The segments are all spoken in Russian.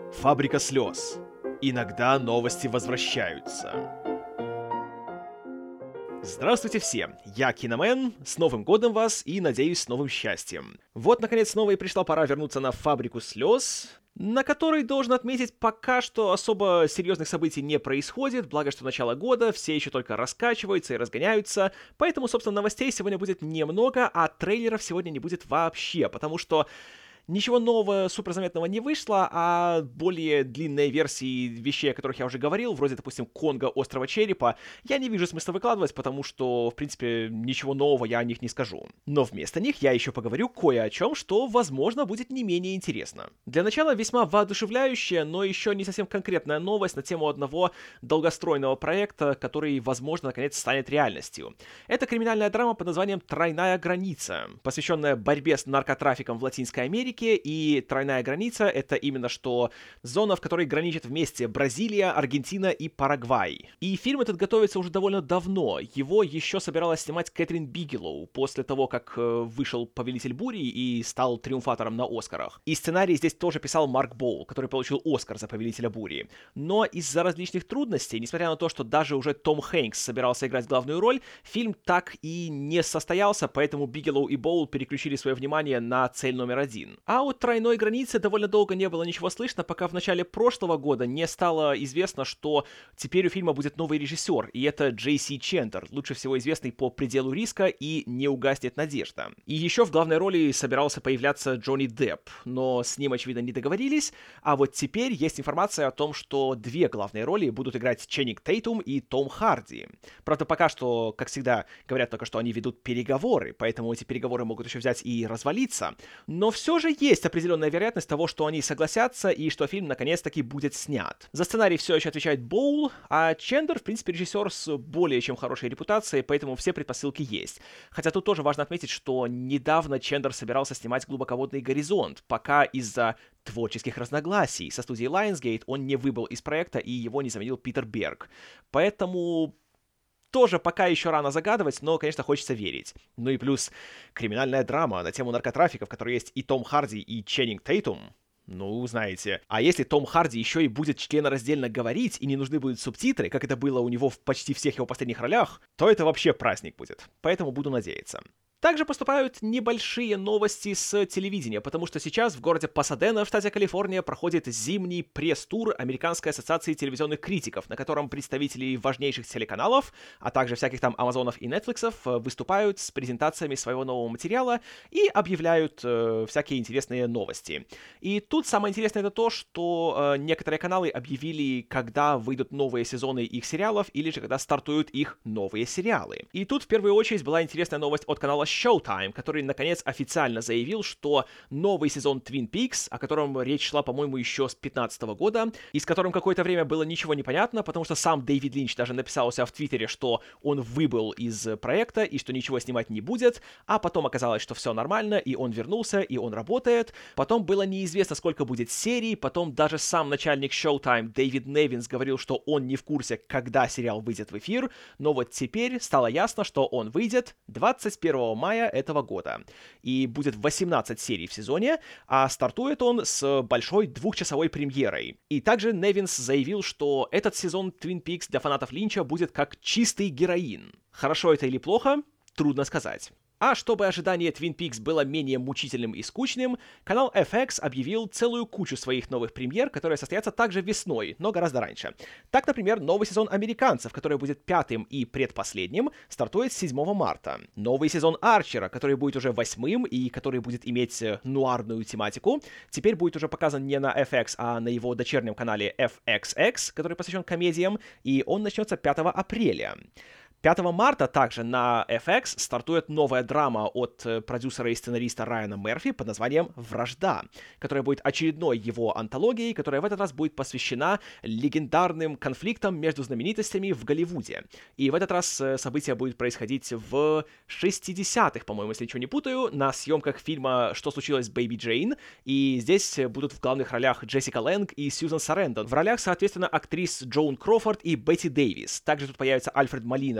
Фабрика слез. Иногда новости возвращаются. Здравствуйте все, я Киномен, с Новым годом вас и, надеюсь, с новым счастьем. Вот, наконец, снова и пришла пора вернуться на Фабрику слез, на которой, должен отметить, пока что особо серьезных событий не происходит, благо что начало года, все еще только раскачиваются и разгоняются, поэтому, собственно, новостей сегодня будет немного, а трейлеров сегодня не будет вообще, потому что ничего нового, суперзаметного не вышло, а более длинные версии вещей, о которых я уже говорил, вроде, допустим, Конга Острова Черепа, я не вижу смысла выкладывать, потому что, в принципе, ничего нового я о них не скажу. Но вместо них я еще поговорю кое о чем, что, возможно, будет не менее интересно. Для начала весьма воодушевляющая, но еще не совсем конкретная новость на тему одного долгостройного проекта, который, возможно, наконец станет реальностью. Это криминальная драма под названием «Тройная граница», посвященная борьбе с наркотрафиком в Латинской Америке, и тройная граница — это именно что зона, в которой граничат вместе Бразилия, Аргентина и Парагвай. И фильм этот готовится уже довольно давно. Его еще собиралась снимать Кэтрин Бигелоу после того, как вышел «Повелитель бури» и стал триумфатором на Оскарах. И сценарий здесь тоже писал Марк Боул, который получил Оскар за «Повелителя бури». Но из-за различных трудностей, несмотря на то, что даже уже Том Хэнкс собирался играть главную роль, фильм так и не состоялся, поэтому Бигелоу и Боул переключили свое внимание на цель номер один. А от «Тройной границы» довольно долго не было ничего слышно, пока в начале прошлого года не стало известно, что теперь у фильма будет новый режиссер, и это Джейси Чендер, лучше всего известный по «Пределу риска» и «Не угаснет надежда». И еще в главной роли собирался появляться Джонни Депп, но с ним, очевидно, не договорились, а вот теперь есть информация о том, что две главные роли будут играть Ченнинг Тейтум и Том Харди. Правда, пока что, как всегда, говорят только, что они ведут переговоры, поэтому эти переговоры могут еще взять и развалиться, но все же есть определенная вероятность того, что они согласятся и что фильм наконец-таки будет снят. За сценарий все еще отвечает Боул, а Чендер, в принципе, режиссер с более чем хорошей репутацией, поэтому все предпосылки есть. Хотя тут тоже важно отметить, что недавно Чендер собирался снимать «Глубоководный горизонт», пока из-за творческих разногласий со студией Lionsgate он не выбыл из проекта и его не заменил Питер Берг. Поэтому тоже пока еще рано загадывать, но, конечно, хочется верить. Ну и плюс криминальная драма на тему наркотрафика, в которой есть и Том Харди, и Ченнинг Тейтум. Ну, знаете. А если Том Харди еще и будет членораздельно говорить, и не нужны будут субтитры, как это было у него в почти всех его последних ролях, то это вообще праздник будет. Поэтому буду надеяться. Также поступают небольшие новости с телевидения, потому что сейчас в городе Пасадена в штате Калифорния проходит зимний пресс-тур Американской ассоциации телевизионных критиков, на котором представители важнейших телеканалов, а также всяких там Амазонов и Нетфликсов выступают с презентациями своего нового материала и объявляют всякие интересные новости. И тут самое интересное это то, что некоторые каналы объявили, когда выйдут новые сезоны их сериалов или же когда стартуют их новые сериалы. И тут в первую очередь была интересная новость от канала Showtime, который, наконец, официально заявил, что новый сезон Twin Peaks, о котором речь шла, по-моему, еще с 2015 года, и с которым какое-то время было ничего не понятно, потому что сам Дэвид Линч даже написал у себя в Твиттере, что он выбыл из проекта и что ничего снимать не будет, а потом оказалось, что все нормально, и он вернулся, и он работает. Потом было неизвестно, сколько будет серий, потом даже сам начальник Showtime Дэвид Невинс говорил, что он не в курсе, когда сериал выйдет в эфир, но вот теперь стало ясно, что он выйдет 21 мая этого года. И будет 18 серий в сезоне, а стартует он с большой двухчасовой премьерой. И также Невинс заявил, что этот сезон Twin Peaks для фанатов Линча будет как чистый героин. Хорошо это или плохо? Трудно сказать. А чтобы ожидание Twin Peaks было менее мучительным и скучным, канал FX объявил целую кучу своих новых премьер, которые состоятся также весной, но гораздо раньше. Так, например, новый сезон «Американцев», который будет пятым и предпоследним, стартует с 7 марта. Новый сезон «Арчера», который будет уже 8-м и который будет иметь нуарную тематику, теперь будет уже показан не на FX, а на его дочернем канале FXX, который посвящен комедиям, и он начнется 5 апреля. 5 марта также на FX стартует новая драма от продюсера и сценариста Райана Мерфи под названием «Вражда», которая будет очередной его антологией, которая в этот раз будет посвящена легендарным конфликтам между знаменитостями в Голливуде. И в этот раз событие будет происходить в 60-х, по-моему, если ничего не путаю, на съемках фильма «Что случилось с Бэйби Джейн», и здесь будут в главных ролях Джессика Лэнг и Сьюзан Сарандон. В ролях, соответственно, актрис Джоан Кроуфорд и Бетти Дэвис. Также тут появится Альфред Молина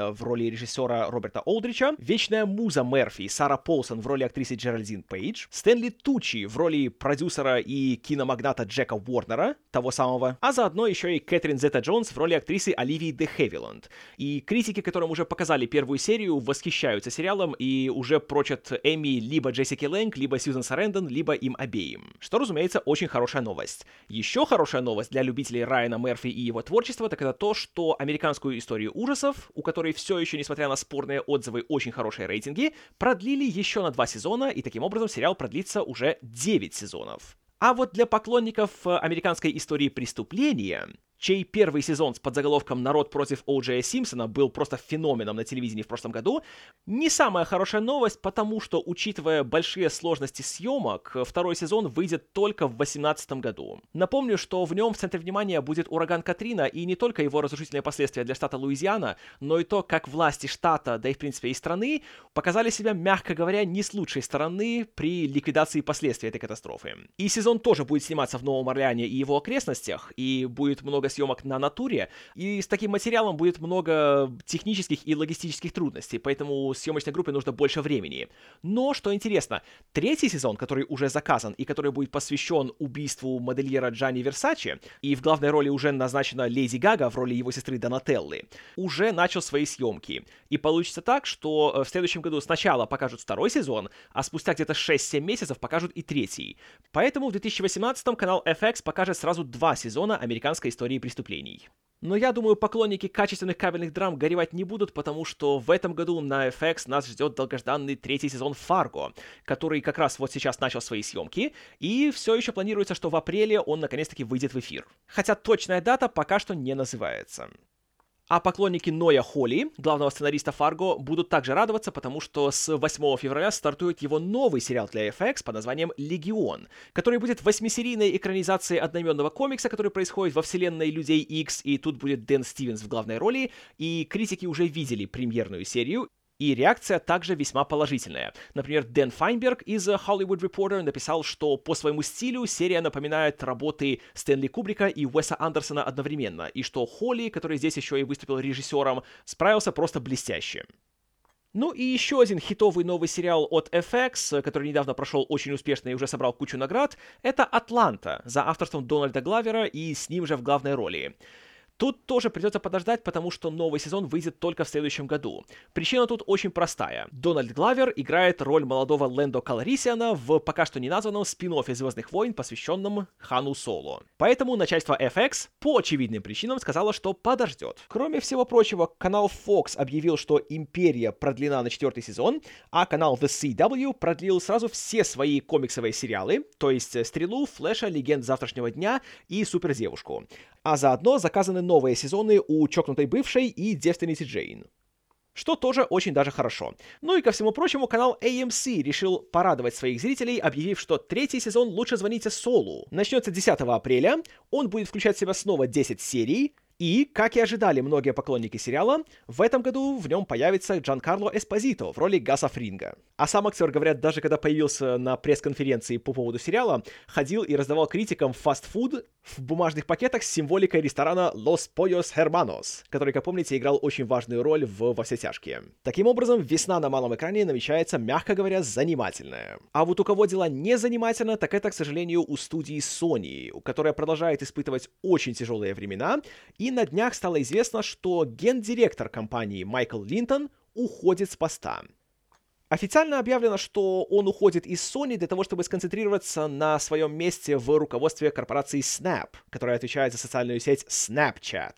Флинта в роли режиссера Роберта Олдрича, вечная муза Мерфи Сара Полсон в роли актрисы Джеральдин Пейдж, Стэнли Тучи в роли продюсера и киномагната Джека Уорнера, того самого, а заодно еще и Кэтрин Зета-Джонс в роли актрисы Оливии де Хевиланд. И критики, которым уже показали первую серию, восхищаются сериалом и уже прочат Эмми либо Джессики Лэнг, либо Сьюзен Сарандон, либо им обеим. Что, разумеется, очень хорошая новость. Еще хорошая новость для любителей Райана Мерфи и его творчества, так это то, что американскую историю ужасов, у которой все еще, несмотря на спорные отзывы, очень хорошие рейтинги, продлили еще на 2 сезона, и таким образом сериал продлится уже 9 сезонов. А вот для поклонников американской истории преступления, чей первый сезон с подзаголовком «Народ против О. Джея Симпсона» был просто феноменом на телевидении в прошлом году, не самая хорошая новость, потому что, учитывая большие сложности съемок, второй сезон выйдет только в 2018 году. Напомню, что в нем в центре внимания будет ураган Катрина, и не только его разрушительные последствия для штата Луизиана, но и то, как власти штата, да и в принципе и страны, показали себя, мягко говоря, не с лучшей стороны при ликвидации последствий этой катастрофы. И сезон тоже будет сниматься в Новом Орлеане и его окрестностях, и будет много съемок на натуре, и с таким материалом будет много технических и логистических трудностей, поэтому съемочной группе нужно больше времени. Но, что интересно, третий сезон, который уже заказан и который будет посвящен убийству модельера Джанни Версачи, и в главной роли уже назначена Леди Гага в роли его сестры Донателлы, уже начал свои съемки. И получится так, что в следующем году сначала покажут второй сезон, а спустя где-то 6-7 месяцев покажут и третий. Поэтому в 2018-м канал FX покажет сразу 2 сезона американской истории преступлений. Но я думаю, поклонники качественных кабельных драм горевать не будут, потому что в этом году на FX нас ждет долгожданный третий сезон Фарго, который как раз вот сейчас начал свои съемки, и все еще планируется, что в апреле он наконец-таки выйдет в эфир. Хотя точная дата пока что не называется. А поклонники Ноя Холли, главного сценариста Фарго, будут также радоваться, потому что с 8 февраля стартует его новый сериал для FX под названием «Легион», который будет 8-серийной экранизацией одноименного комикса, который происходит во вселенной Людей Икс, и тут будет Дэн Стивенс в главной роли, и критики уже видели премьерную серию, и реакция также весьма положительная. Например, Дэн Файнберг из Hollywood Reporter написал, что по своему стилю серия напоминает работы Стэнли Кубрика и Уэса Андерсона одновременно, и что Холли, который здесь еще и выступил режиссером, справился просто блестяще. Ну и еще один хитовый новый сериал от FX, который недавно прошел очень успешно и уже собрал кучу наград, это «Атланта» за авторством Дональда Главера и с ним же в главной роли. Тут тоже придется подождать, потому что новый сезон выйдет только в следующем году. Причина тут очень простая. Дональд Главер играет роль молодого Лэндо Калрисиана в пока что не названном спин-оффе «Звездных войн», посвященном Хану Соло. Поэтому начальство FX по очевидным причинам сказало, что подождет. Кроме всего прочего, канал Fox объявил, что «Империя» продлена на 4-й сезон, а канал The CW продлил сразу все свои комиксовые сериалы, то есть «Стрелу», «Флэша», «Легенд завтрашнего дня» и «Супердевушку». А заодно заказаны новые сезоны у «Чокнутой бывшей» и «Девственницы Джейн». Что тоже очень даже хорошо. Ну и ко всему прочему, канал AMC решил порадовать своих зрителей, объявив, что третий сезон «Лучше звоните Солу» начнется 10 апреля, он будет включать в себя снова 10 серий, и, как и ожидали многие поклонники сериала, в этом году в нем появится Джанкарло Эспозито в роли Гаса Фринга. А сам актер, говорят, даже когда появился на пресс-конференции по поводу сериала, ходил и раздавал критикам фастфуд в бумажных пакетах с символикой ресторана Los Pollos Hermanos, который, как помните, играл очень важную роль в «Во все тяжкие». Таким образом, весна на малом экране намечается, мягко говоря, занимательная. А вот у кого дела не занимательно, так это, к сожалению, у студии Sony, которая продолжает испытывать очень тяжелые времена, и на днях стало известно, что гендиректор компании Майкл Линтон уходит с поста. Официально объявлено, что он уходит из Sony для того, чтобы сконцентрироваться на своем месте в руководстве корпорации Snap, которая отвечает за социальную сеть Snapchat.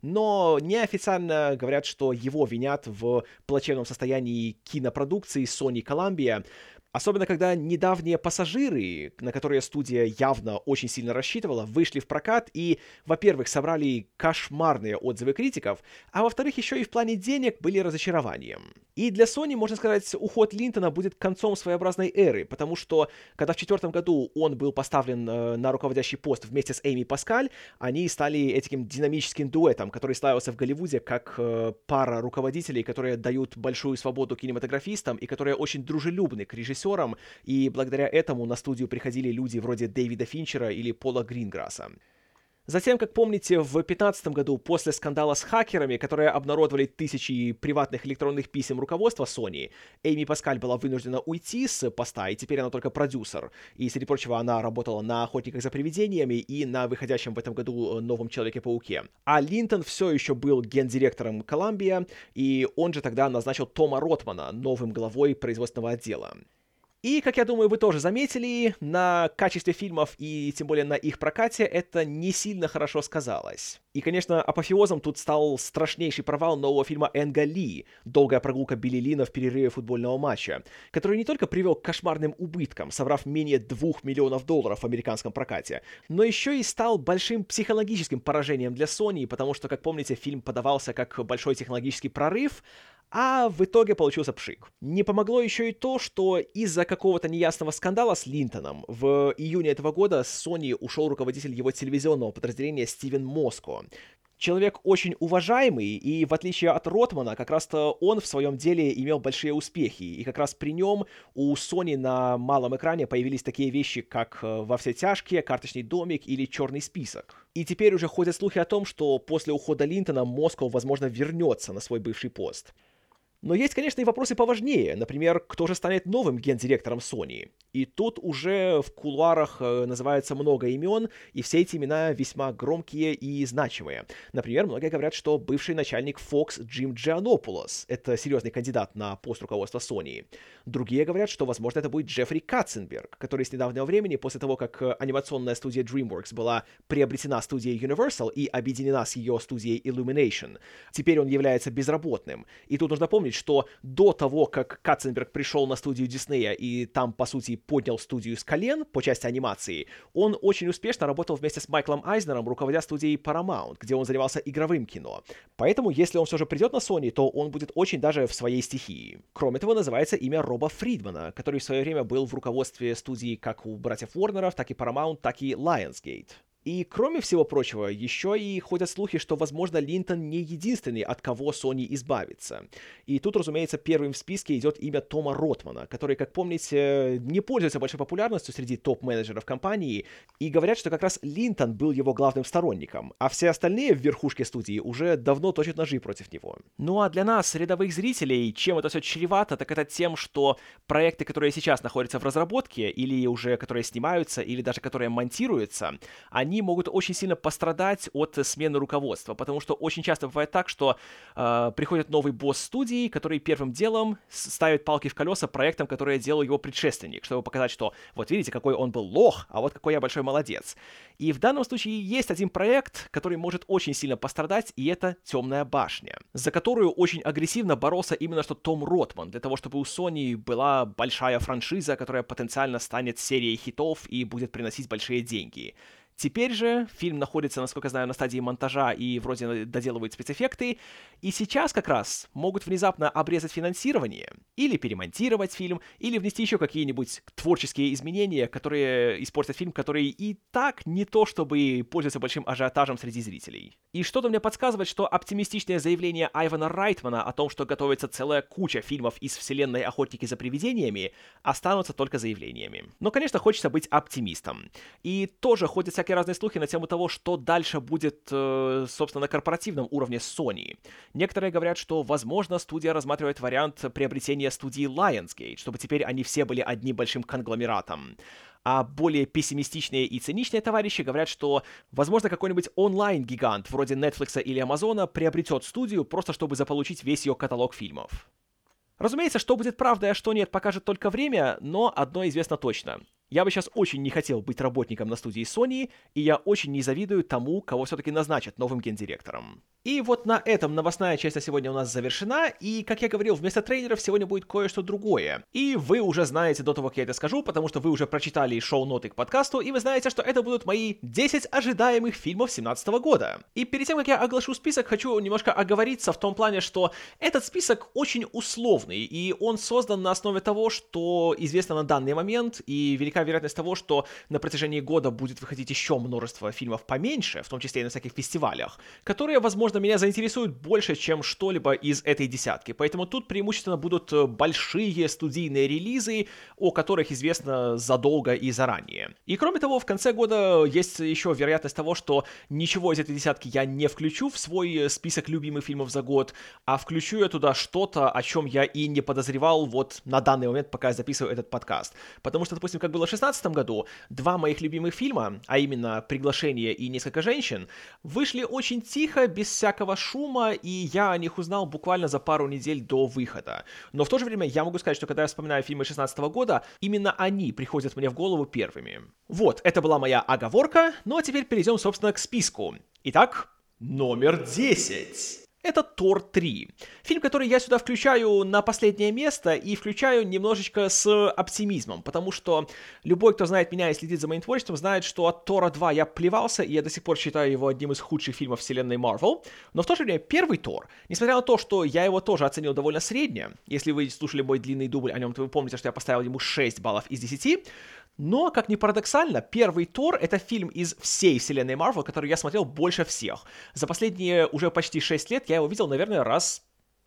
Но неофициально говорят, что его винят в плачевном состоянии кинопродукции Sony Columbia, особенно когда недавние «Пассажиры», на которые студия явно очень сильно рассчитывала, вышли в прокат и, во-первых, собрали кошмарные отзывы критиков, а во-вторых, еще и в плане денег были разочарованием. И для Sony, можно сказать, уход Линтона будет концом своеобразной эры, потому что, когда в 2004 году он был поставлен на руководящий пост вместе с Эми Паскаль, они стали этим динамическим дуэтом, который славился в Голливуде как пара руководителей, которые дают большую свободу кинематографистам и которые очень дружелюбны к режиссерам, и благодаря этому на студию приходили люди вроде Дэвида Финчера или Пола Гринграсса. Затем, как помните, в 2015 году, после скандала с хакерами, которые обнародовали тысячи приватных электронных писем руководства Sony, Эйми Паскаль была вынуждена уйти с поста, и теперь она только продюсер. И, среди прочего, она работала на «Охотниках за привидениями» и на выходящем в этом году новом Человеке-пауке. А Линтон все еще был гендиректором Columbia, и он же тогда назначил Тома Ротмана новым главой производственного отдела. И, как я думаю, вы тоже заметили, на качестве фильмов и тем более на их прокате это не сильно хорошо сказалось. И, конечно, апофеозом тут стал страшнейший провал нового фильма Энга Ли «Долгая прогулка Билли Лина в перерыве футбольного матча», который не только привел к кошмарным убыткам, собрав менее $2 миллионов в американском прокате, но еще и стал большим психологическим поражением для Sony, потому что, как помните, фильм подавался как большой технологический прорыв, а в итоге получился пшик. Не помогло еще и то, что из-за какого-то неясного скандала с Линтоном в июне этого года с Sony ушел руководитель его телевизионного подразделения Стивен Моско. Человек очень уважаемый, и в отличие от Ротмана, как раз-то он в своем деле имел большие успехи, и как раз при нем у Sony на малом экране появились такие вещи, как «Во все тяжкие», «Карточный домик» или «Черный список». И теперь уже ходят слухи о том, что после ухода Линтона Моско, возможно, вернется на свой бывший пост. Но есть, конечно, и вопросы поважнее. Например, кто же станет новым гендиректором Sony? И тут уже в кулуарах называется много имен, и все эти имена весьма громкие и значимые. Например, многие говорят, что бывший начальник Fox Джим Джианопулос — это серьезный кандидат на пост руководства Sony. Другие говорят, что, возможно, это будет Джеффри Катценберг, который с недавнего времени, после того, как анимационная студия DreamWorks была приобретена студией Universal и объединена с ее студией Illumination, теперь он является безработным. И тут нужно помнить, что до того, как Катценберг пришел на студию Диснея и там, по сути, поднял студию с колен по части анимации, он очень успешно работал вместе с Майклом Айзнером, руководя студией Paramount, где он занимался игровым кино. Поэтому, если он все же придет на Sony, то он будет очень даже в своей стихии. Кроме того, называется имя Роба Фридмана, который в свое время был в руководстве студии как у братьев Уорнеров, так и Paramount, так и Lionsgate. И кроме всего прочего, еще и ходят слухи, что, возможно, Линтон не единственный, от кого Sony избавится. И тут, разумеется, первым в списке идет имя Тома Ротмана, который, как помните, не пользуется большой популярностью среди топ-менеджеров компании, и говорят, что как раз Линтон был его главным сторонником, а все остальные в верхушке студии уже давно точат ножи против него. Ну а для нас, рядовых зрителей, чем это все чревато, так это тем, что проекты, которые сейчас находятся в разработке, или уже которые снимаются, или даже которые монтируются, они могут очень сильно пострадать от смены руководства, потому что очень часто бывает так, что приходит новый босс студии, который первым делом ставит палки в колеса проектам, которые делал его предшественник, чтобы показать, что вот видите, какой он был лох, а вот какой я большой молодец. И в данном случае есть один проект, который может очень сильно пострадать, и это «Темная башня», за которую очень агрессивно боролся именно что Том Ротман, для того, чтобы у Sony была большая франшиза, которая потенциально станет серией хитов и будет приносить большие деньги. Теперь же фильм находится, насколько я знаю, на стадии монтажа и вроде доделывают спецэффекты, и сейчас как раз могут внезапно обрезать финансирование, или перемонтировать фильм, или внести еще какие-нибудь творческие изменения, которые испортят фильм, который и так не то чтобы пользуется большим ажиотажем среди зрителей. И что-то мне подсказывает, что оптимистичное заявление Айвана Райтмана о том, что готовится целая куча фильмов из вселенной «Охотники за привидениями», останутся только заявлениями. Но, конечно, хочется быть оптимистом. И тоже ходят всякие разные слухи на тему того, что дальше будет, собственно, на корпоративном уровне с Sony. Некоторые говорят, что, возможно, студия рассматривает вариант приобретения студии Lionsgate, чтобы теперь они все были одним большим конгломератом. А более пессимистичные и циничные товарищи говорят, что, возможно, какой-нибудь онлайн-гигант вроде Netflix или Amazon приобретет студию просто чтобы заполучить весь ее каталог фильмов. Разумеется, что будет правдой, а что нет, покажет только время, но одно известно точно. Я бы сейчас очень не хотел быть работником на студии Sony, и я очень не завидую тому, кого все-таки назначат новым гендиректором. И вот на этом новостная часть на сегодня у нас завершена, и, как я говорил, вместо трейлеров сегодня будет кое-что другое. И вы уже знаете до того, как я это скажу, потому что вы уже прочитали шоу-ноты к подкасту, и вы знаете, что это будут мои 10 ожидаемых фильмов 2017 года. И перед тем, как я оглашу список, хочу немножко оговориться в том плане, что этот список очень условный, и он создан на основе того, что известно на данный момент, и велика вероятность того, что на протяжении года будет выходить еще множество фильмов поменьше, в том числе и на всяких фестивалях, которые, возможно, возможно, меня заинтересует больше, чем что-либо из этой десятки. Поэтому тут преимущественно будут большие студийные релизы, о которых известно задолго и заранее. И кроме того, в конце года есть еще вероятность того, что ничего из этой десятки я не включу в свой список любимых фильмов за год, а включу я туда что-то, о чем я и не подозревал вот на данный момент, пока я записываю этот подкаст. Потому что, допустим, как было в 2016 году, два моих любимых фильма, а именно «Приглашение» и «Несколько женщин», вышли очень тихо, без всякого шума, и я о них узнал буквально за пару недель до выхода. Но в то же время я могу сказать, что когда я вспоминаю фильмы 2016 года, именно они приходят мне в голову первыми. Вот, это была моя оговорка, ну а теперь перейдем, собственно, к списку. Итак, номер 10. Это «Тор 3». Фильм, который я сюда включаю на последнее место и включаю немножечко с оптимизмом, потому что любой, кто знает меня и следит за моим творчеством, знает, что от «Тора 2» я плевался, и я до сих пор считаю его одним из худших фильмов вселенной Marvel. Но в то же время первый «Тор», несмотря на то, что я его тоже оценил довольно средне, если вы слушали мой длинный дубль о нем, то вы помните, что я поставил ему 6 баллов из 10, но, как ни парадоксально, первый Тор — это фильм из всей вселенной Marvel, который я смотрел больше всех. За последние уже почти 6 лет я его видел, наверное, раз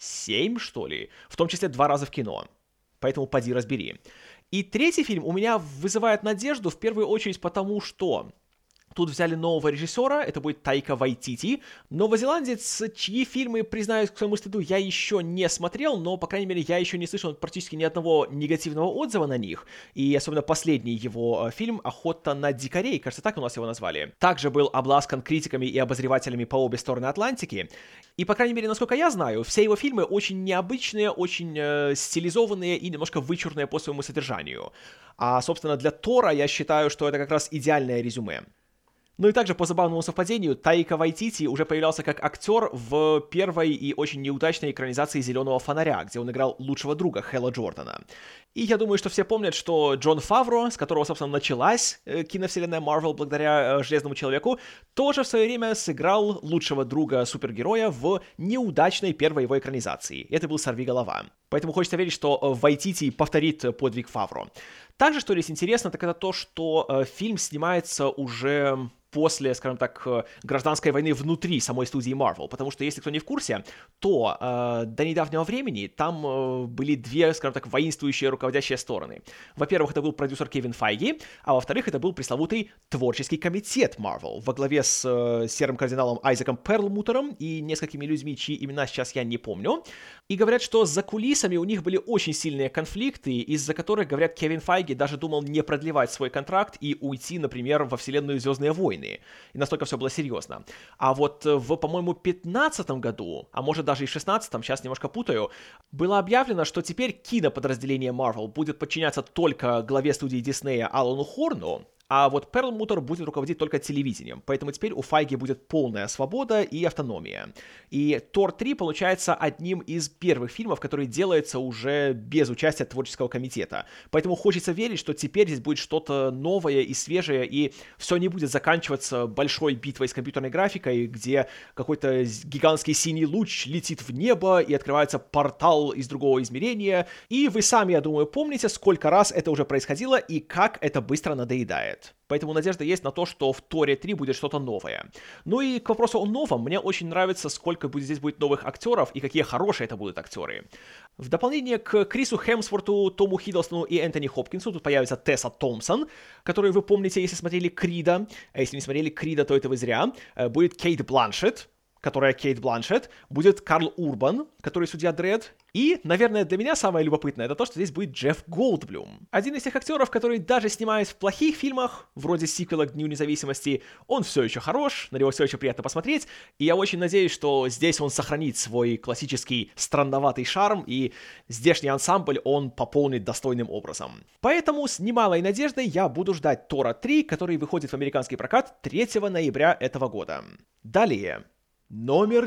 7, что ли, в том числе 2 раза в кино. Поэтому поди разбери. И третий фильм у меня вызывает надежду в первую очередь потому, что тут взяли нового режиссера, это будет Тайка Вайтити, новозеландец, чьи фильмы, признаюсь к своему стыду, я еще не смотрел, но, по крайней мере, я еще не слышал практически ни одного негативного отзыва на них, и особенно последний его фильм «Охота на дикарей», кажется, так у нас его назвали, также был обласкан критиками и обозревателями по обе стороны Атлантики, и, по крайней мере, насколько я знаю, все его фильмы очень необычные, очень стилизованные и немножко вычурные по своему содержанию. А, собственно, для Тора я считаю, что это как раз идеальное резюме. Ну и также по забавному совпадению, Тайка Вайтити уже появлялся как актер в первой и очень неудачной экранизации «Зеленого фонаря», где он играл лучшего друга Хэла Джордана. И я думаю, что все помнят, что Джон Фавро, с которого, собственно, началась киновселенная Marvel благодаря Железному Человеку, тоже в свое время сыграл лучшего друга супергероя в неудачной первой его экранизации. Это был «Сорвиголова». Поэтому хочется верить, что Вайтити повторит подвиг Фавро. Также, что здесь интересно, так это то, что фильм снимается уже после, скажем так, гражданской войны внутри самой студии Marvel, потому что, если кто не в курсе, то до недавнего времени там были две, скажем так, воинствующие руководящие стороны. Во-первых, это был продюсер Кевин Файги, а во-вторых, это был пресловутый творческий комитет Marvel во главе с серым кардиналом Айзеком Перлмутером и несколькими людьми, чьи имена сейчас я не помню. И говорят, что за кулисами у них были очень сильные конфликты, из-за которых, говорят, Кевин Файги даже думал не продлевать свой контракт и уйти, например, во вселенную «Звездные войны». И настолько все было серьезно. А вот в, по-моему, 2015 году, а может даже и в 2016, сейчас немножко путаю, было объявлено, что теперь киноподразделение Marvel будет подчиняться только главе студии Диснея Алану Хорну, а вот Перлмутер будет руководить только телевидением, поэтому теперь у Файги будет полная свобода и автономия. И Тор 3 получается одним из первых фильмов, который делается уже без участия творческого комитета. Поэтому хочется верить, что теперь здесь будет что-то новое и свежее, и все не будет заканчиваться большой битвой с компьютерной графикой, где какой-то гигантский синий луч летит в небо, и открывается портал из другого измерения. И вы сами, я думаю, помните, сколько раз это уже происходило, и как это быстро надоедает. Поэтому надежда есть на то, что в Торе 3 будет что-то новое. Ну и к вопросу о новом, мне очень нравится, сколько здесь будет новых актеров и какие хорошие это будут актеры. В дополнение к Крису Хемсворту, Тому Хиддлстону и Энтони Хопкинсу тут появится Тесса Томпсон, которую вы помните, если смотрели Крида. А если не смотрели Крида, то это вы зря. Будет Кейт Бланшетт, которая Кейт Бланшетт, будет Карл Урбан, который судья Дред, и, наверное, для меня самое любопытное, это то, что здесь будет Джефф Голдблюм. Один из тех актеров, который даже снимаясь в плохих фильмах, вроде сиквела к Дню независимости, он все еще хорош, на него все еще приятно посмотреть, и я очень надеюсь, что здесь он сохранит свой классический странноватый шарм, и здешний ансамбль он пополнит достойным образом. Поэтому с немалой надеждой я буду ждать Тора 3, который выходит в американский прокат 3 ноября этого года. Далее. Номер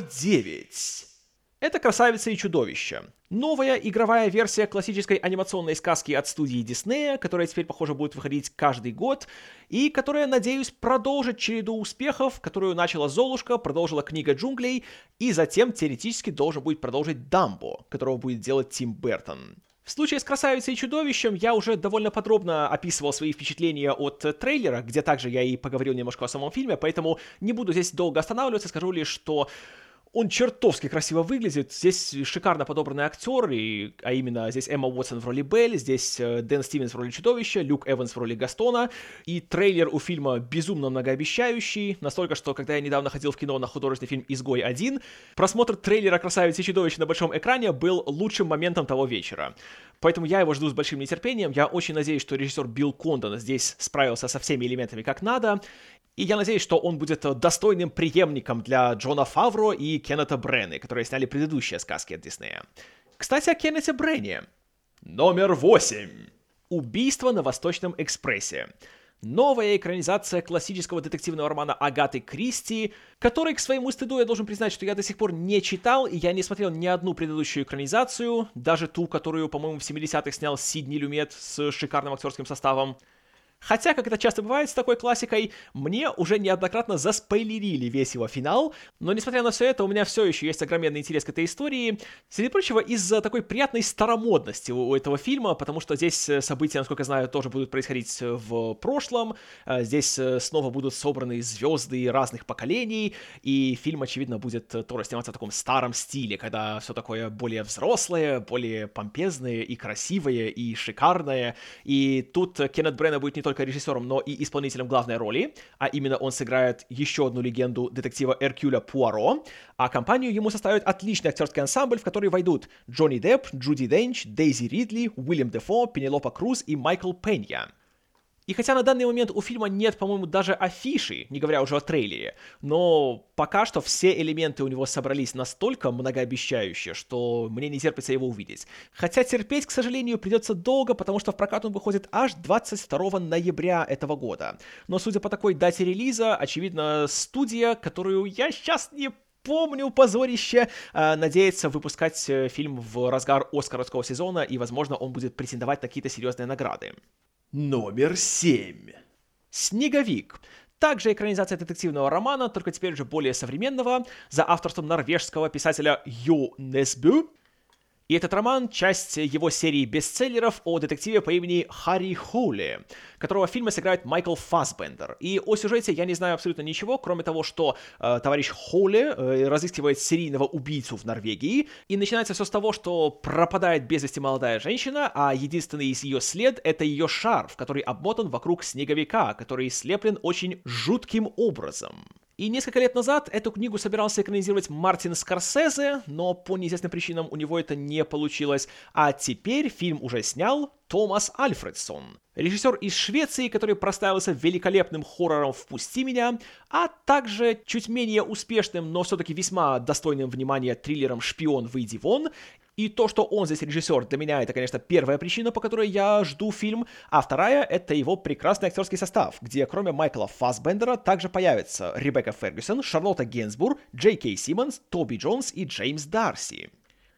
9. Это «Красавица и чудовище». Новая игровая версия классической анимационной сказки от студии Диснея, которая теперь, похоже, будет выходить каждый год, и которая, надеюсь, продолжит череду успехов, которую начала «Золушка», продолжила «Книга джунглей», и затем теоретически должен будет продолжить «Дамбо», которого будет делать Тим Бертон. В случае с «Красавицей и чудовищем» я уже довольно подробно описывал свои впечатления от трейлера, где также я и поговорил немножко о самом фильме, поэтому не буду здесь долго останавливаться, скажу лишь, что Он чертовски красиво выглядит. Здесь шикарно подобранные актеры, а именно здесь Эмма Уотсон в роли Белль, здесь Дэн Стивенс в роли Чудовища, Люк Эванс в роли Гастона. И трейлер у фильма безумно многообещающий, настолько, что когда я недавно ходил в кино на художественный фильм «Изгой 1», просмотр трейлера «Красавицы и чудовища» на большом экране был лучшим моментом того вечера. Поэтому я его жду с большим нетерпением. Я очень надеюсь, что режиссер Билл Кондон здесь справился со всеми элементами как надо. И я надеюсь, что он будет достойным преемником для Джона Фавро и Кеннета Браны, которые сняли предыдущие сказки от Диснея. Кстати, о Кеннете Бране. Номер 8. Убийство на Восточном экспрессе. Новая экранизация классического детективного романа Агаты Кристи, который, к своему стыду, я должен признать, что я до сих пор не читал, и я не смотрел ни одну предыдущую экранизацию, даже ту, которую, по-моему, в 70-х снял Сидни Люмет с шикарным актерским составом. Хотя, как это часто бывает с такой классикой, мне уже неоднократно заспойлерили весь его финал, но несмотря на все это, у меня все еще есть огроменный интерес к этой истории, среди прочего, из-за такой приятной старомодности у этого фильма, потому что здесь события, насколько я знаю, тоже будут происходить в прошлом, здесь снова будут собраны звезды разных поколений, и фильм, очевидно, будет тоже сниматься в таком старом стиле, когда все такое более взрослое, более помпезное и красивое, и шикарное, и тут Кеннет Брана будет не только режиссером, но и исполнителем главной роли, а именно он сыграет еще одну легенду детектива Эркюля Пуаро, а компанию ему составит отличный актерский ансамбль, в который войдут Джонни Депп, Джуди Денч, Дейзи Ридли, Уильям Дефо, Пенелопа Круз и Майкл Пенья. И хотя на данный момент у фильма нет, по-моему, даже афиши, не говоря уже о трейлере, но пока что все элементы у него собрались настолько многообещающие, что мне не терпится его увидеть. Хотя терпеть, к сожалению, придется долго, потому что в прокат он выходит аж 22 ноября этого года. Но судя по такой дате релиза, очевидно, студия, которую я сейчас не помню, позорище, надеется выпускать фильм в разгар Оскаровского сезона, и, возможно, он будет претендовать на какие-то серьезные награды. Номер 7. «Снеговик». Также экранизация детективного романа, только теперь уже более современного, за авторством норвежского писателя Йо Несбю. И этот роман — часть его серии бестселлеров о детективе по имени Харри Хоули, которого в фильме сыграет Майкл Фассбендер. И о сюжете я не знаю абсолютно ничего, кроме того, что товарищ Хоули разыскивает серийного убийцу в Норвегии, и начинается все с того, что пропадает без вести молодая женщина, а единственный из ее след — это ее шарф, который обмотан вокруг снеговика, который слеплен очень жутким образом. И несколько лет назад эту книгу собирался экранизировать Мартин Скорсезе, но по неизвестным причинам у него это не получилось. А теперь фильм уже снял Томас Альфредсон, режиссер из Швеции, который прославился великолепным хоррором «Впусти меня», а также чуть менее успешным, но все-таки весьма достойным внимания триллером «Шпион, выйди вон». И то, что он здесь режиссер, для меня это, конечно, первая причина, по которой я жду фильм, а вторая — это его прекрасный актерский состав, где кроме Майкла Фассбендера также появятся Ребекка Фергюсон, Шарлотта Генсбур, Джей Кей Симмонс, Тоби Джонс и Джеймс Дарси.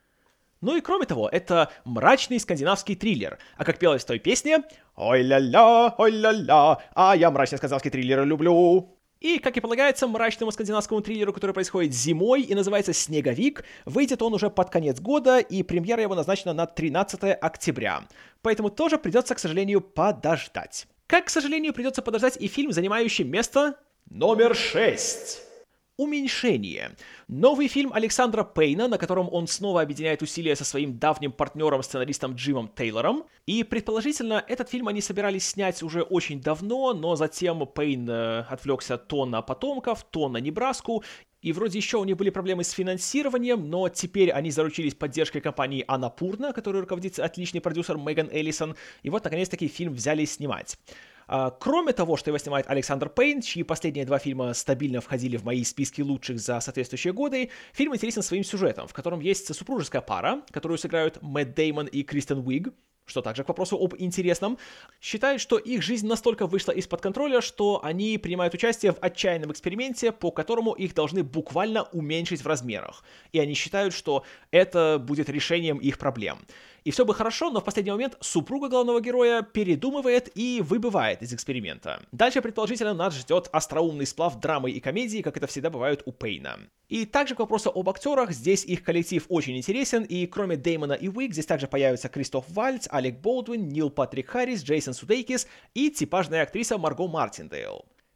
Ну и кроме того, это мрачный скандинавский триллер, а как пелось в той песне «Ой-ля-ля, ой-ля-ля, а я мрачный скандинавский триллер люблю». И, как и полагается, мрачному скандинавскому триллеру, который происходит зимой и называется «Снеговик», выйдет он уже под конец года, и премьера его назначена на 13 октября. Поэтому тоже придется, к сожалению, подождать. Как, к сожалению, придется подождать и фильм, занимающий место номер 6. «Уменьшение». Новый фильм Александра Пейна, на котором он снова объединяет усилия со своим давним партнером-сценаристом Джимом Тейлором. И, предположительно, этот фильм они собирались снять уже очень давно, но затем Пейн отвлекся то на потомков, то на Небраску. И вроде еще у них были проблемы с финансированием, но теперь они заручились поддержкой компании Анапурна, которую руководит отличный продюсер Меган Эллисон. И вот, наконец-таки, фильм взяли снимать. Кроме того, что его снимает Александр Пейн, чьи последние два фильма стабильно входили в мои списки лучших за соответствующие годы, фильм интересен своим сюжетом, в котором есть супружеская пара, которую сыграют Мэтт Дэймон и Кристен Уиг, что также к вопросу об интересном, считают, что их жизнь настолько вышла из-под контроля, что они принимают участие в отчаянном эксперименте, по которому их должны буквально уменьшить в размерах. И они считают, что это будет решением их проблем. И все бы хорошо, но в последний момент супруга главного героя передумывает и выбывает из эксперимента. Дальше, предположительно, нас ждет остроумный сплав драмы и комедии, как это всегда бывает у Пейна. И также к вопросу об актерах, здесь их коллектив очень интересен, и кроме Дэймона и Уиг, здесь также появятся Кристоф Вальц, Алек Болдуин, Нил Патрик Харрис, Джейсон Судейкис и типажная актриса Марго Мартиндейл.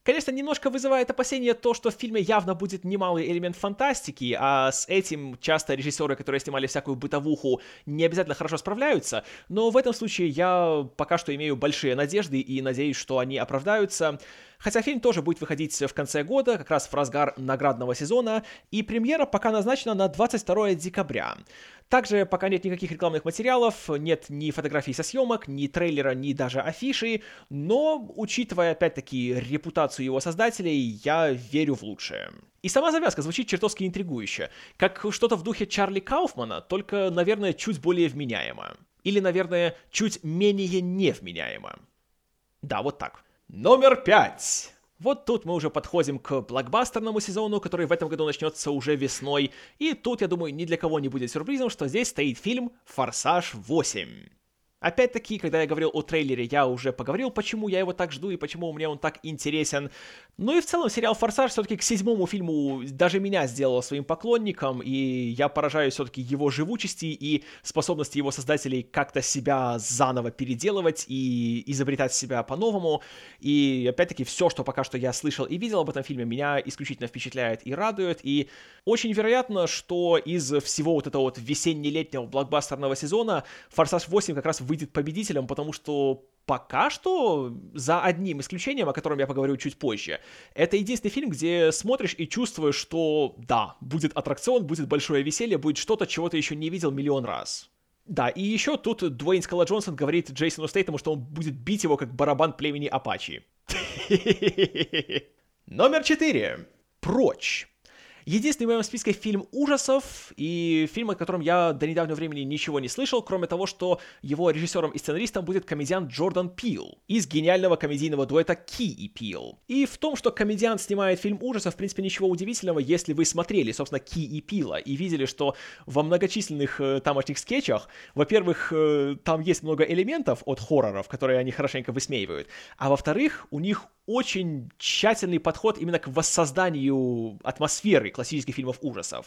Конечно, немножко вызывает опасение то, что в фильме явно будет немалый элемент фантастики, а с этим часто режиссеры, которые снимали всякую бытовуху, не обязательно хорошо справляются, но в этом случае я пока что имею большие надежды и надеюсь, что они оправдаются. Хотя фильм тоже будет выходить в конце года, как раз в разгар наградного сезона, и премьера пока назначена на 22 декабря. Также пока нет никаких рекламных материалов, нет ни фотографий со съемок, ни трейлера, ни даже афиши, но, учитывая, опять-таки, репутацию его создателей, я верю в лучшее. И сама завязка звучит чертовски интригующе, как что-то в духе Чарли Кауфмана, только, наверное, чуть более вменяемо. Или, наверное, чуть менее невменяемо. Да, вот так. Номер 5. Вот тут мы уже подходим к блокбастерному сезону, который в этом году начнется уже весной. И тут, я думаю, ни для кого не будет сюрпризом, что здесь стоит фильм «Форсаж 8». Опять-таки, когда я говорил о трейлере, я уже поговорил, почему я его так жду и почему мне он так интересен. Ну и в целом сериал «Форсаж» все-таки к 7-му фильму даже меня сделал своим поклонником, и я поражаюсь все-таки его живучести и способности его создателей как-то себя заново переделывать и изобретать себя по-новому. И опять-таки все, что пока что я слышал и видел об этом фильме, меня исключительно впечатляет и радует. И очень вероятно, что из всего вот этого вот весенне-летнего блокбастерного сезона «Форсаж 8» как раз выйдет победителем, потому что пока что, за одним исключением, о котором я поговорю чуть позже, это единственный фильм, где смотришь и чувствуешь, что да, будет аттракцион, будет большое веселье, будет что-то, чего ты еще не видел миллион раз. Да, и еще тут Дуэйн Скала Джонсон говорит Джейсону Стейтему, что он будет бить его как барабан племени Апачи. Номер 4. «Прочь». Единственный в моем списке фильм ужасов, и фильм, о котором я до недавнего времени ничего не слышал, кроме того, что его режиссером и сценаристом будет комедиант Джордан Пил из гениального комедийного дуэта Ки и Пил. И в том, что комедиант снимает фильм ужасов, в принципе, ничего удивительного, если вы смотрели, собственно, Ки и Пила, и видели, что во многочисленных тамошних скетчах, во-первых, там есть много элементов от хорроров, которые они хорошенько высмеивают, а во-вторых, у них очень тщательный подход именно к воссозданию атмосферы классических фильмов ужасов.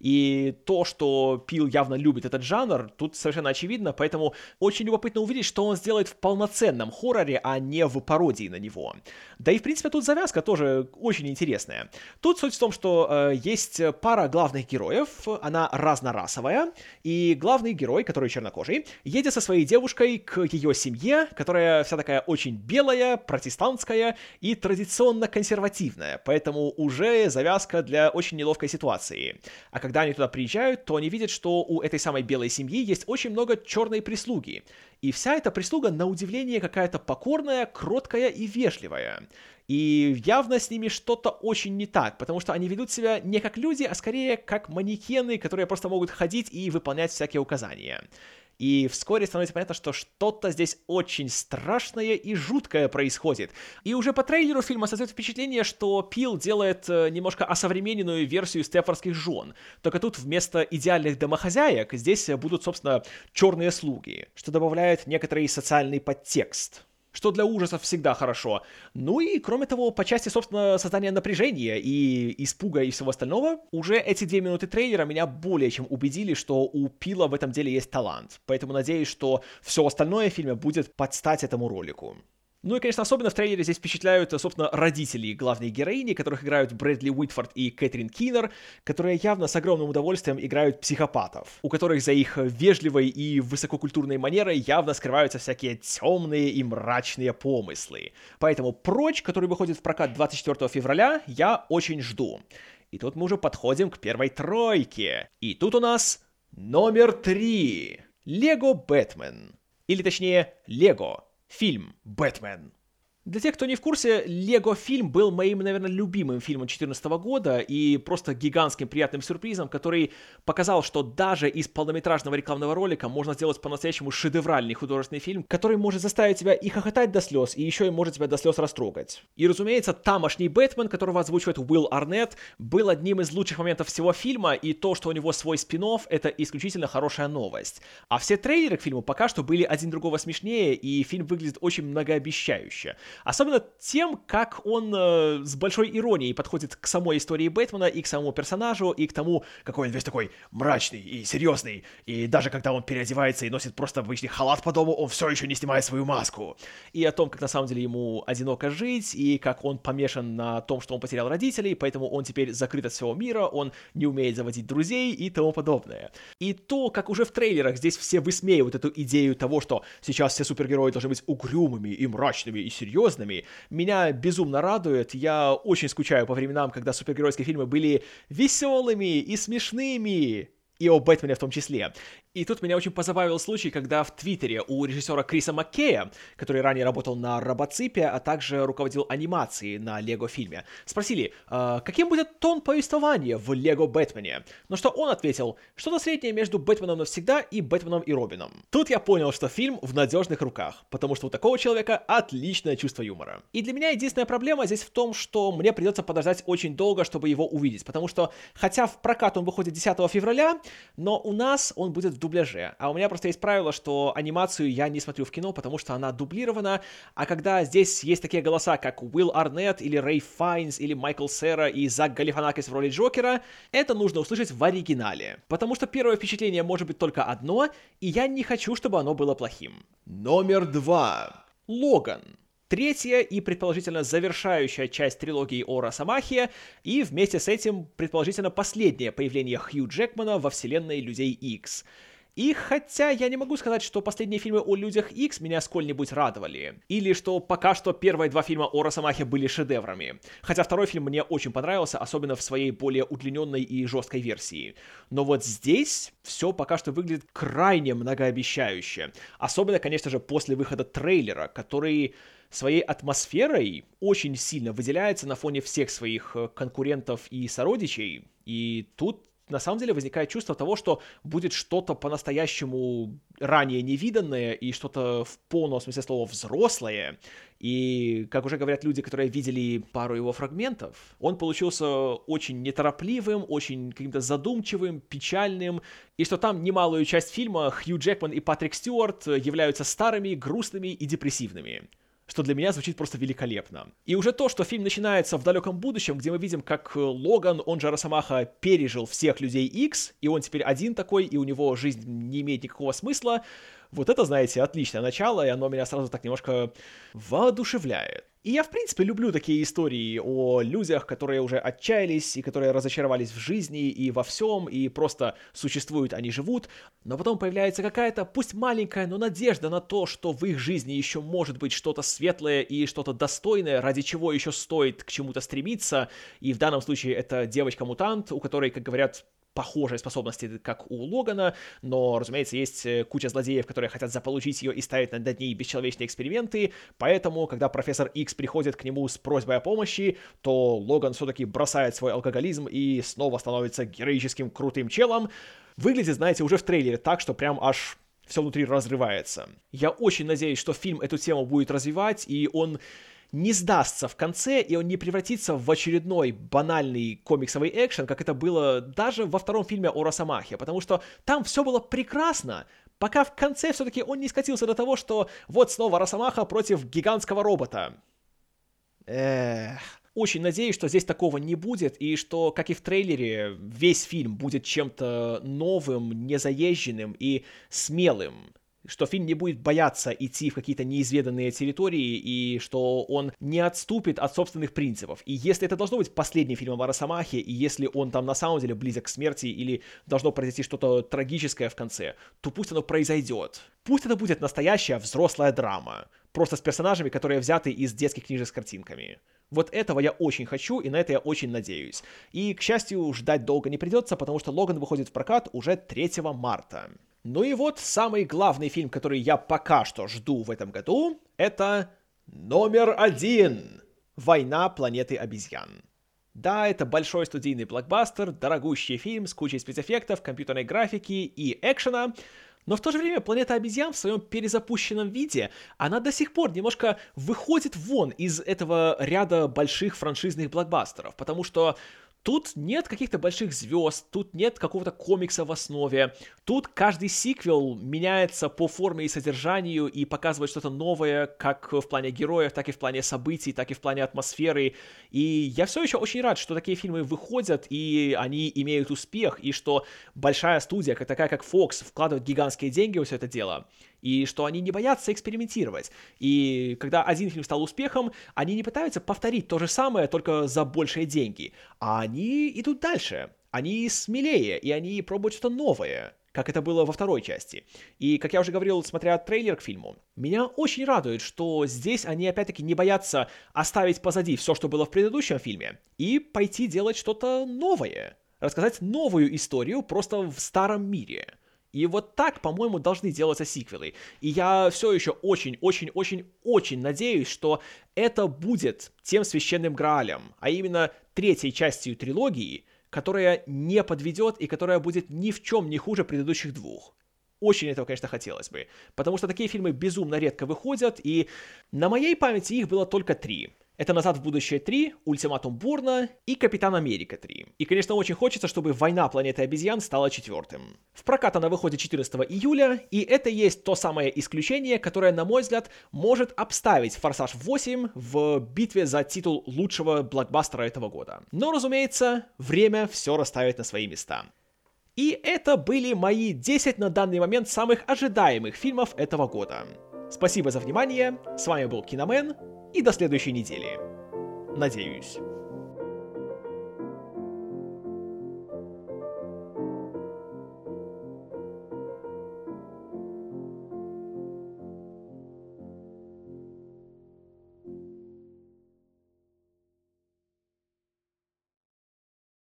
И то, что Пил явно любит этот жанр, тут совершенно очевидно, поэтому очень любопытно увидеть, что он сделает в полноценном хорроре, а не в пародии на него. Да и, в принципе, тут завязка тоже очень интересная. Тут суть в том, что есть пара главных героев, она разнорасовая, и главный герой, который чернокожий, едет со своей девушкой к ее семье, которая вся такая очень белая, протестантская и традиционно консервативная, поэтому уже завязка для очень неловкой ситуации. А когда они туда приезжают, то они видят, что у этой самой белой семьи есть очень много черной прислуги. И вся эта прислуга, на удивление, какая-то покорная, кроткая и вежливая. И явно с ними что-то очень не так, потому что они ведут себя не как люди, а скорее как манекены, которые просто могут ходить и выполнять всякие указания. И вскоре становится понятно, что что-то здесь очень страшное и жуткое происходит. И уже по трейлеру фильма создает впечатление, что Пил делает немножко осовремененную версию «Степфордских жен». Только тут вместо идеальных домохозяек здесь будут, собственно, черные слуги, что добавляет некоторый социальный подтекст. Что для ужасов всегда хорошо. Ну и, кроме того, по части, собственно, создания напряжения и испуга и всего остального, уже эти 2 минуты трейлера меня более чем убедили, что у Пила в этом деле есть талант. Поэтому надеюсь, что все остальное в фильме будет под стать этому ролику. Ну и, конечно, особенно в трейлере здесь впечатляют, собственно, родители главной героини, которых играют Брэдли Уитфорд и Кэтрин Киннер, которые явно с огромным удовольствием играют психопатов, у которых за их вежливой и высококультурной манерой явно скрываются всякие темные и мрачные помыслы. Поэтому «Прочь», который выходит в прокат 24 февраля, я очень жду. И тут мы уже подходим к первой тройке. И тут у нас номер 3. «Лего Бэтмен». Или точнее, «Лего». Фильм «Бэтмен». Для тех, кто не в курсе, «Лего-фильм» был моим, наверное, любимым фильмом 2014 года и просто гигантским приятным сюрпризом, который показал, что даже из полнометражного рекламного ролика можно сделать по-настоящему шедевральный художественный фильм, который может заставить тебя и хохотать до слез, и еще и может тебя до слез растрогать. И, разумеется, тамошний Бэтмен, которого озвучивает Уилл Арнетт, был одним из лучших моментов всего фильма, и то, что у него свой спин-офф, это исключительно хорошая новость. А все трейлеры к фильму пока что были один другого смешнее, и фильм выглядит очень многообещающе. Особенно тем, как он с большой иронией подходит к самой истории Бэтмена и к самому персонажу, и к тому, какой он весь такой мрачный и серьезный. И даже когда он переодевается и носит просто обычный халат по дому, он все еще не снимает свою маску. И о том, как на самом деле ему одиноко жить, и как он помешан на том, что он потерял родителей, поэтому он теперь закрыт от всего мира, он не умеет заводить друзей и тому подобное. И то, как уже в трейлерах здесь все высмеивают эту идею того, что сейчас все супергерои должны быть угрюмыми и мрачными и серьезными, меня безумно радует. Я очень скучаю по временам, когда супергеройские фильмы были веселыми и смешными. И о Бэтмене в том числе. И тут меня очень позабавил случай, когда в Твиттере у режиссера Криса Маккея, который ранее работал на Робоципе, а также руководил анимацией на Лего-фильме, спросили, каким будет тон повествования в Лего Бэтмене. На что он ответил, что-то среднее между Бэтменом навсегда и Бэтменом и Робином. Тут я понял, что фильм в надежных руках, потому что у такого человека отличное чувство юмора. И для меня единственная проблема здесь в том, что мне придется подождать очень долго, чтобы его увидеть, потому что, хотя в прокат он выходит 10 февраля, но у нас он будет в дубляже. А у меня просто есть правило, что анимацию я не смотрю в кино, потому что она дублирована, а когда здесь есть такие голоса, как Уилл Арнетт, или Рэй Файнс, или Майкл Сера и Зак Галифанакис в роли Джокера, это нужно услышать в оригинале. Потому что первое впечатление может быть только одно, и я не хочу, чтобы оно было плохим. Номер 2. Логан. Третья и, предположительно, завершающая часть трилогии о Росомахе, и вместе с этим, предположительно, последнее появление Хью Джекмана во вселенной Людей Икс. И хотя я не могу сказать, что последние фильмы о Людях Икс меня сколь-нибудь радовали, или что пока что первые два фильма о Росомахе были шедеврами, хотя второй фильм мне очень понравился, особенно в своей более удлиненной и жесткой версии. Но вот здесь все пока что выглядит крайне многообещающе, особенно, конечно же, после выхода трейлера, который своей атмосферой очень сильно выделяется на фоне всех своих конкурентов и сородичей, и тут на самом деле возникает чувство того, что будет что-то по-настоящему ранее невиданное и что-то в полном смысле слова взрослое. И, как уже говорят люди, которые видели пару его фрагментов, он получился очень неторопливым, очень каким-то задумчивым, печальным, и что там немалую часть фильма Хью Джекман и Патрик Стюарт являются старыми, грустными и депрессивными. Что для меня звучит просто великолепно. И уже то, что фильм начинается в далеком будущем, где мы видим, как Логан, он же Росомаха, пережил всех Людей Икс, и он теперь один такой, и у него жизнь не имеет никакого смысла, вот это, знаете, отличное начало, и оно меня сразу так немножко воодушевляет. И я, в принципе, люблю такие истории о людях, которые уже отчаялись, и которые разочаровались в жизни и во всем, и просто существуют, они живут, но потом появляется какая-то, пусть маленькая, но надежда на то, что в их жизни еще может быть что-то светлое и что-то достойное, ради чего еще стоит к чему-то стремиться, и в данном случае это девочка-мутант, у которой, как говорят, похожие способности, как у Логана, но, разумеется, есть куча злодеев, которые хотят заполучить ее и ставить над ней бесчеловечные эксперименты, поэтому, когда профессор Икс приходит к нему с просьбой о помощи, то Логан все-таки бросает свой алкоголизм и снова становится героическим крутым челом. Выглядит, знаете, уже в трейлере так, что прям аж все внутри разрывается. Я очень надеюсь, что фильм эту тему будет развивать, и он не сдастся в конце, и он не превратится в очередной банальный комиксовый экшен, как это было даже во втором фильме о Росомахе, потому что там все было прекрасно, пока в конце все-таки он не скатился до того, что вот снова Росомаха против гигантского робота. Очень надеюсь, что здесь такого не будет, и что, как и в трейлере, весь фильм будет чем-то новым, незаезженным и смелым. Что фильм не будет бояться идти в какие-то неизведанные территории, и что он не отступит от собственных принципов. И если это должно быть последним фильмом о Росомахе, и если он там на самом деле близок к смерти, или должно произойти что-то трагическое в конце, то пусть оно произойдет. Пусть это будет настоящая взрослая драма. Просто с персонажами, которые взяты из детских книжек с картинками. Вот этого я очень хочу, и на это я очень надеюсь. И, к счастью, ждать долго не придется, потому что Логан выходит в прокат уже 3 марта. Ну и вот самый главный фильм, который я пока что жду в этом году, это номер 1. «Война планеты обезьян». Да, это большой студийный блокбастер, дорогущий фильм с кучей спецэффектов, компьютерной графики и экшена, но в то же время «Планета обезьян» в своем перезапущенном виде, она до сих пор немножко выходит вон из этого ряда больших франшизных блокбастеров, потому что Тут нет каких-то больших звезд, тут нет какого-то комикса в основе. Тут каждый сиквел меняется по форме и содержанию и показывает что-то новое, как в плане героев, так и в плане событий, так и в плане атмосферы. И я все еще очень рад, что такие фильмы выходят, и они имеют успех, и что большая студия, такая как Fox, вкладывает гигантские деньги в все это дело. И что они не боятся экспериментировать. И когда один фильм стал успехом, они не пытаются повторить то же самое, только за большие деньги. А они идут дальше. Они смелее, и они пробуют что-то новое, как это было во второй части. И, как я уже говорил, смотря трейлер к фильму, меня очень радует, что здесь они опять-таки не боятся оставить позади все, что было в предыдущем фильме, и пойти делать что-то новое. Рассказать новую историю просто в старом мире. И вот так, по-моему, должны делаться сиквелы. И я все еще очень-очень-очень-очень надеюсь, что это будет тем священным граалем, а именно третьей частью трилогии, которая не подведет и которая будет ни в чем не хуже предыдущих двух. Очень этого, конечно, хотелось бы. Потому что такие фильмы безумно редко выходят, и на моей памяти их было только 3. Это «Назад в будущее 3», «Ультиматум Борна» и «Капитан Америка 3». И, конечно, очень хочется, чтобы «Война планеты обезьян» стала 4-м. В прокат она выходит 14 июля, и это есть то самое исключение, которое, на мой взгляд, может обставить «Форсаж 8» в битве за титул лучшего блокбастера этого года. Но, разумеется, время все расставит на свои места. И это были мои 10 на данный момент самых ожидаемых фильмов этого года. Спасибо за внимание, с вами был Киномен, и до следующей недели. Надеюсь.